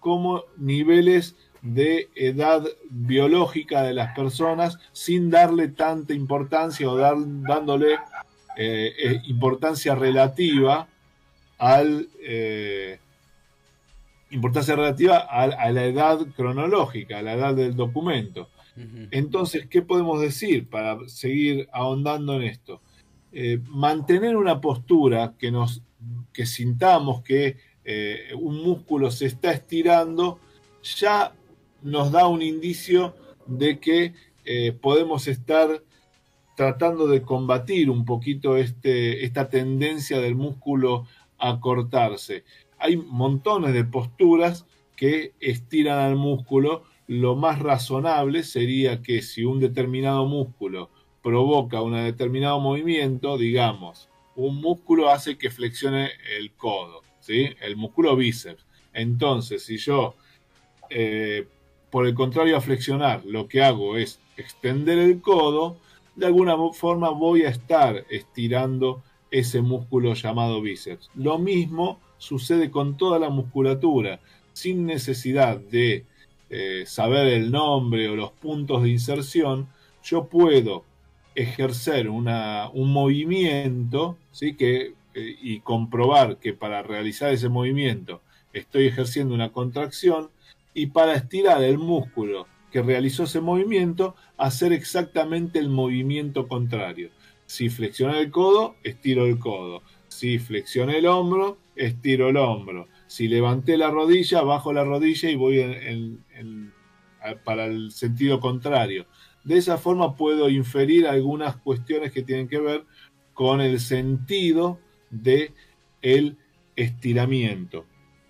como niveles de edad biológica de las personas sin darle tanta importancia o dar, dándole eh, eh, importancia relativa al eh, importancia relativa a, a la edad cronológica, a la edad del documento. Uh-huh. Entonces, ¿qué podemos decir para seguir ahondando en esto? Eh, mantener una postura que nos que sintamos que eh, un músculo se está estirando ya nos da un indicio de que eh, podemos estar tratando de combatir un poquito este, esta tendencia del músculo a cortarse. Hay montones de posturas que estiran al músculo. Lo más razonable sería que si un determinado músculo provoca un determinado movimiento, digamos, un músculo hace que flexione el codo, ¿sí? El músculo bíceps. Entonces, si yo, eh, por el contrario a flexionar, lo que hago es extender el codo, de alguna forma voy a estar estirando ese músculo llamado bíceps. Lo mismo sucede con toda la musculatura, sin necesidad de eh, saber el nombre o los puntos de inserción. Yo puedo ejercer una, un movimiento, ¿sí? que, eh, y comprobar que para realizar ese movimiento estoy ejerciendo una contracción, y para estirar el músculo que realizó ese movimiento, hacer exactamente el movimiento contrario. Si flexioné el codo, estiro el codo. Si flexioné el hombro, estiro el hombro. Si levanté la rodilla, bajo la rodilla y voy en, en, en, para el sentido contrario. De esa forma puedo inferir algunas cuestiones que tienen que ver con el sentido del estiramiento.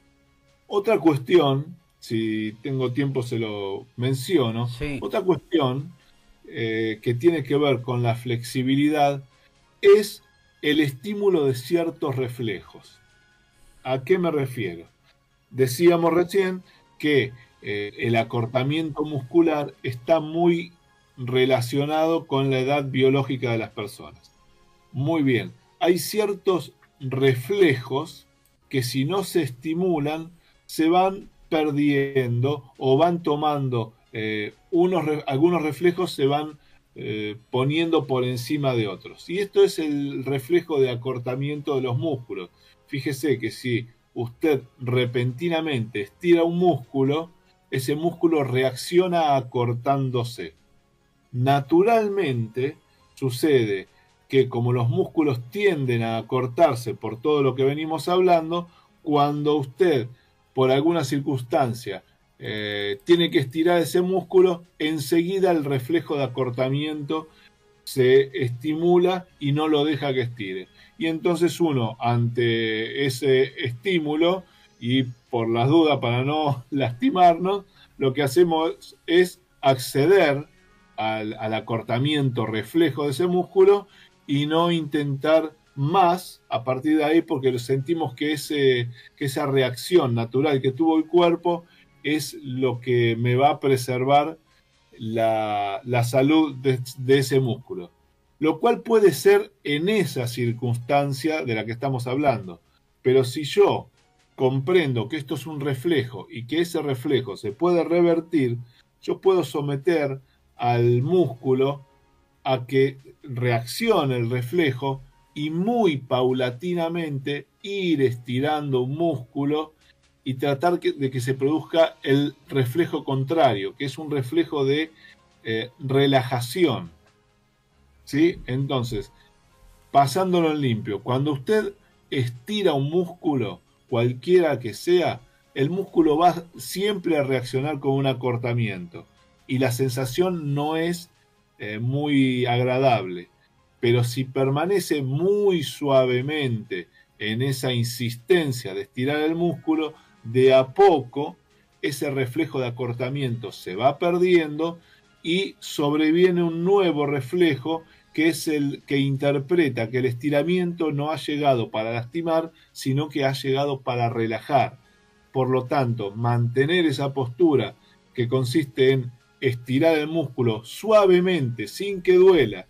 Otra cuestión, si tengo tiempo se lo menciono, sí. Otra cuestión eh, que tiene que ver con la flexibilidad es el estímulo de ciertos reflejos. ¿A qué me refiero? Decíamos recién que eh, el acortamiento muscular está muy relacionado con la edad biológica de las personas. Muy bien, hay ciertos reflejos que si no se estimulan se van perdiendo o van tomando eh, unos, algunos reflejos se van eh, poniendo por encima de otros. Y esto es el reflejo de acortamiento de los músculos. Fíjese que si usted repentinamente estira un músculo, ese músculo reacciona acortándose. Naturalmente sucede que como los músculos tienden a acortarse por todo lo que venimos hablando, cuando usted por alguna circunstancia eh, tiene que estirar ese músculo, enseguida el reflejo de acortamiento se estimula y no lo deja que estire. Y entonces uno, ante ese estímulo, y por las dudas para no lastimarnos, lo que hacemos es acceder al, al acortamiento reflejo de ese músculo y no intentar más a partir de ahí, porque sentimos que, ese, que esa reacción natural que tuvo el cuerpo es lo que me va a preservar la, la salud de, de ese músculo. Lo cual puede ser en esa circunstancia de la que estamos hablando. Pero si yo comprendo que esto es un reflejo y que ese reflejo se puede revertir, yo puedo someter al músculo a que reaccione el reflejo y muy paulatinamente ir estirando un músculo y tratar que, de que se produzca el reflejo contrario, que es un reflejo de eh, relajación. ¿Sí? Entonces, pasándolo en limpio, cuando usted estira un músculo, cualquiera que sea, el músculo va siempre a reaccionar con un acortamiento y la sensación no es eh, muy agradable. Pero si permanece muy suavemente en esa insistencia de estirar el músculo, de a poco ese reflejo de acortamiento se va perdiendo y sobreviene un nuevo reflejo que es el que interpreta que el estiramiento no ha llegado para lastimar, sino que ha llegado para relajar. Por lo tanto, mantener esa postura que consiste en estirar el músculo suavemente, sin que duela,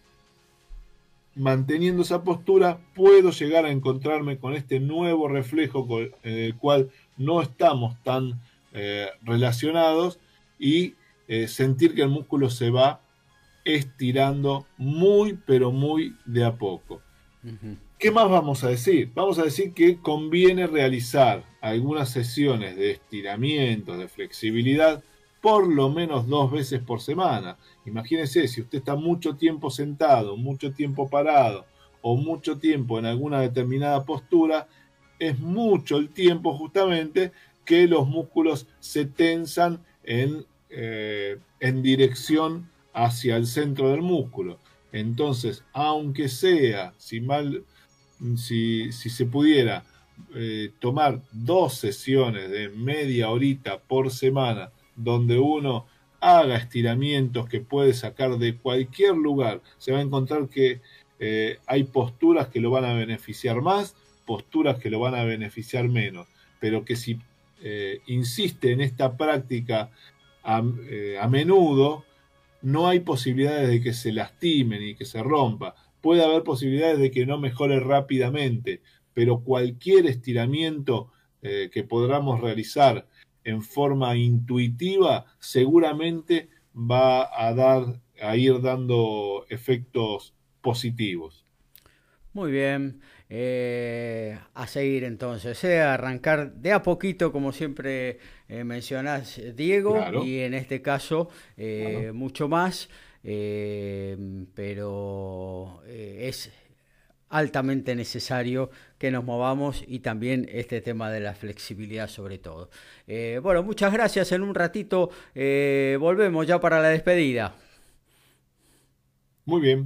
manteniendo esa postura, puedo llegar a encontrarme con este nuevo reflejo en el cual no estamos tan eh, relacionados y eh, sentir que el músculo se va estirando muy, pero muy de a poco. Uh-huh. ¿Qué más vamos a decir? Vamos a decir que conviene realizar algunas sesiones de estiramientos, de flexibilidad, por lo menos dos veces por semana. Imagínense, si usted está mucho tiempo sentado, mucho tiempo parado o mucho tiempo en alguna determinada postura, es mucho el tiempo justamente que los músculos se tensan en, eh, en dirección hacia el centro del músculo. Entonces, aunque sea, si mal, si, si se pudiera eh, tomar dos sesiones de media horita por semana, donde uno haga estiramientos que puede sacar de cualquier lugar, se va a encontrar que eh, hay posturas que lo van a beneficiar más, posturas que lo van a beneficiar menos, pero que si eh, insiste en esta práctica a, eh, a menudo, no hay posibilidades de que se lastime ni que se rompa. Puede haber posibilidades de que no mejore rápidamente, pero cualquier estiramiento eh, que podamos realizar en forma intuitiva seguramente va a dar, a ir dando efectos positivos. Muy bien, eh, a seguir entonces, eh, arrancar de a poquito, como siempre eh, mencionás, Diego, claro. Y en este caso eh, claro. mucho más, eh, pero eh, es altamente necesario que nos movamos y también este tema de la flexibilidad sobre todo. Eh, bueno, muchas gracias, en un ratito eh, volvemos ya para la despedida. Muy bien.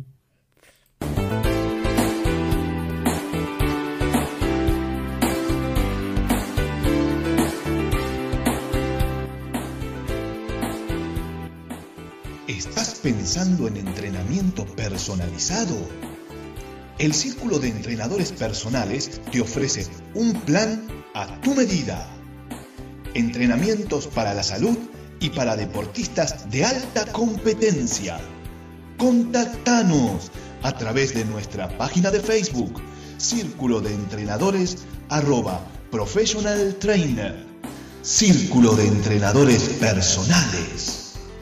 ¿Estás pensando en entrenamiento personalizado? El Círculo de Entrenadores Personales te ofrece un plan a tu medida. Entrenamientos para la salud y para deportistas de alta competencia. Contactanos a través de nuestra página de Facebook, Círculo de Entrenadores arroba Professional Trainer. Círculo de Entrenadores Personales.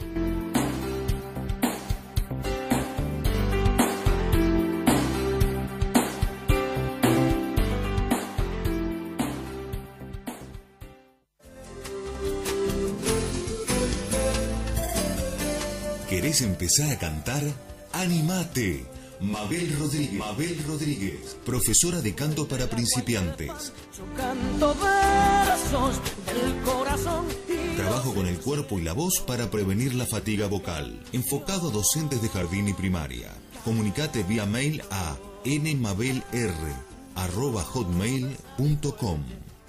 ¿Querés empezar a cantar? ¡Animate! Mabel Rodríguez, Mabel Rodríguez, profesora de canto para principiantes. Trabajo con el cuerpo y la voz para prevenir la fatiga vocal. Enfocado a docentes de jardín y primaria. Comunicate vía mail a nmabelr arroba hotmail punto com.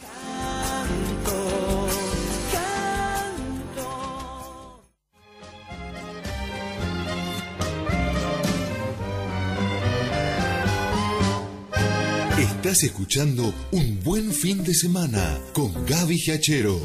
Estás escuchando Un Buen Fin de Semana con Gaby Giachero.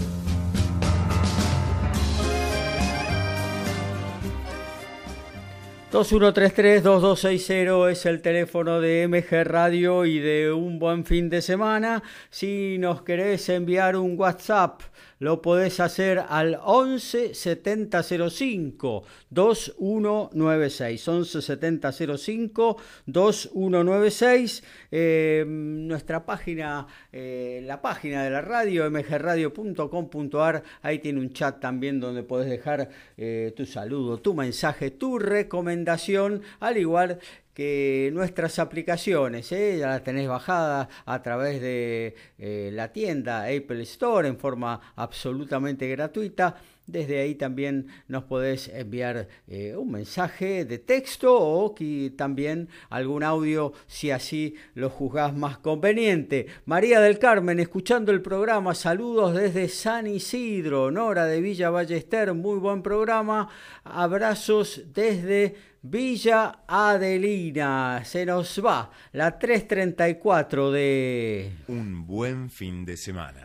dos uno tres tres, dos dos seis cero es el teléfono de M G Radio y de Un Buen Fin de Semana. Si nos querés enviar un WhatsApp, lo podés hacer al once setenta cero cinco dos uno nueve seis. once setenta cero cinco dos uno nueve seis. Eh, nuestra página, eh, la página de la radio, m g radio punto com punto a r. Ahí tiene un chat también donde podés dejar eh, tu saludo, tu mensaje, tu recomendación, al igual que nuestras aplicaciones, ¿eh? Ya las tenés bajadas a través de eh, la tienda Apple Store en forma absolutamente gratuita. Desde ahí también nos podés enviar eh, un mensaje de texto o que también algún audio si así lo juzgás más conveniente. María del Carmen, escuchando el programa, saludos desde San Isidro. Nora de Villa Ballester, muy buen programa. Abrazos desde Villa Adelina. Se nos va la tres treinta y cuatro de Un Buen Fin de Semana.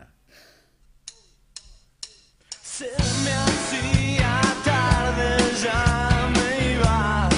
Se me hacía tarde, ya me iba.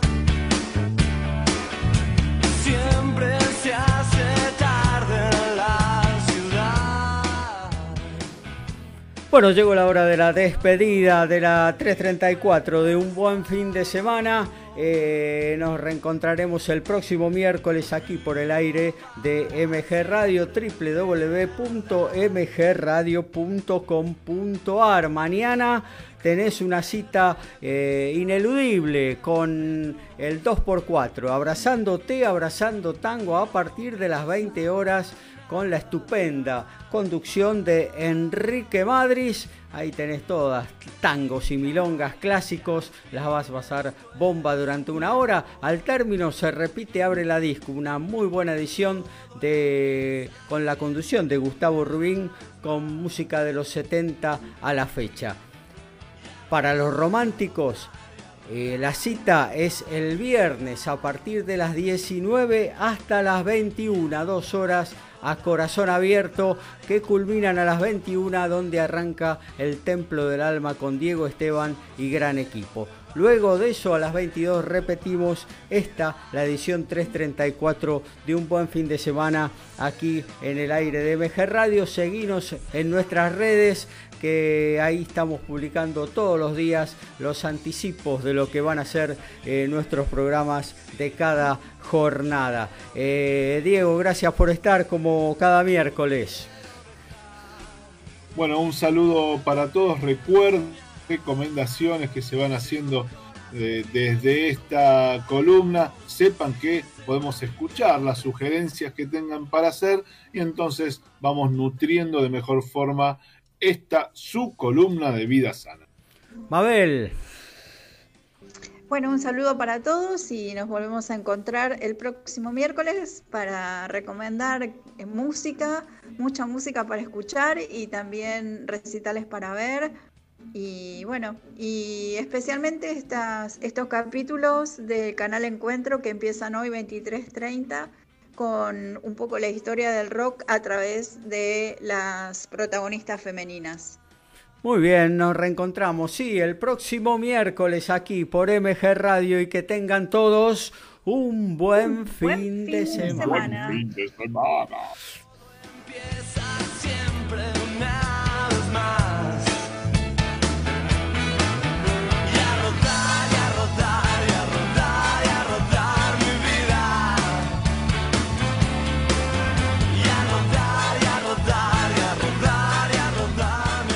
Siempre se hace tarde en la ciudad. Bueno, llegó la hora de la despedida de la tres treinta y cuatro de un buen fin de semana. Eh, nos reencontraremos el próximo miércoles aquí por el aire de M G Radio, doble u doble u doble u punto m g radio punto com punto a r. Mañana tenés una cita eh, ineludible con el dos por cuatro, Abrazándote, Abrazando Tango, a partir de las veinte horas, con la estupenda conducción de Enrique Madris. Ahí tenés todas, tangos y milongas clásicos, las vas a pasar bomba durante una hora. Al término se repite Abre la Disco, una muy buena edición de, con la conducción de Gustavo Rubín, con música de los setenta a la fecha. Para los románticos, eh, la cita es el viernes a partir de las diecinueve hasta las veintiuna, dos horas a corazón abierto, que culminan a las veintiuna, donde arranca el Templo del Alma con Diego Esteban y gran equipo. Luego de eso, a las veintidós, repetimos esta, la edición trescientos treinta y cuatro de Un Buen Fin de Semana, aquí en el aire de M G Radio. Seguinos en nuestras redes, que ahí estamos publicando todos los días los anticipos de lo que van a ser eh, nuestros programas de cada jornada. Eh, Diego, gracias por estar como cada miércoles. Bueno, un saludo para todos. Recuerden recomendaciones que se van haciendo eh, desde esta columna. Sepan que podemos escuchar las sugerencias que tengan para hacer y entonces vamos nutriendo de mejor forma esta su columna de vida sana. Mabel. Bueno, un saludo para todos y nos volvemos a encontrar el próximo miércoles para recomendar música, mucha música para escuchar y también recitales para ver. Y bueno, y especialmente estas, estos capítulos del canal Encuentro que empiezan hoy veintitrés treinta con un poco la historia del rock a través de las protagonistas femeninas. Muy bien, nos reencontramos, sí, el próximo miércoles aquí por M G Radio, y que tengan todos un buen, un fin, buen de, fin semana. de semana. Buen fin de semana. Empieza siempre una vez más.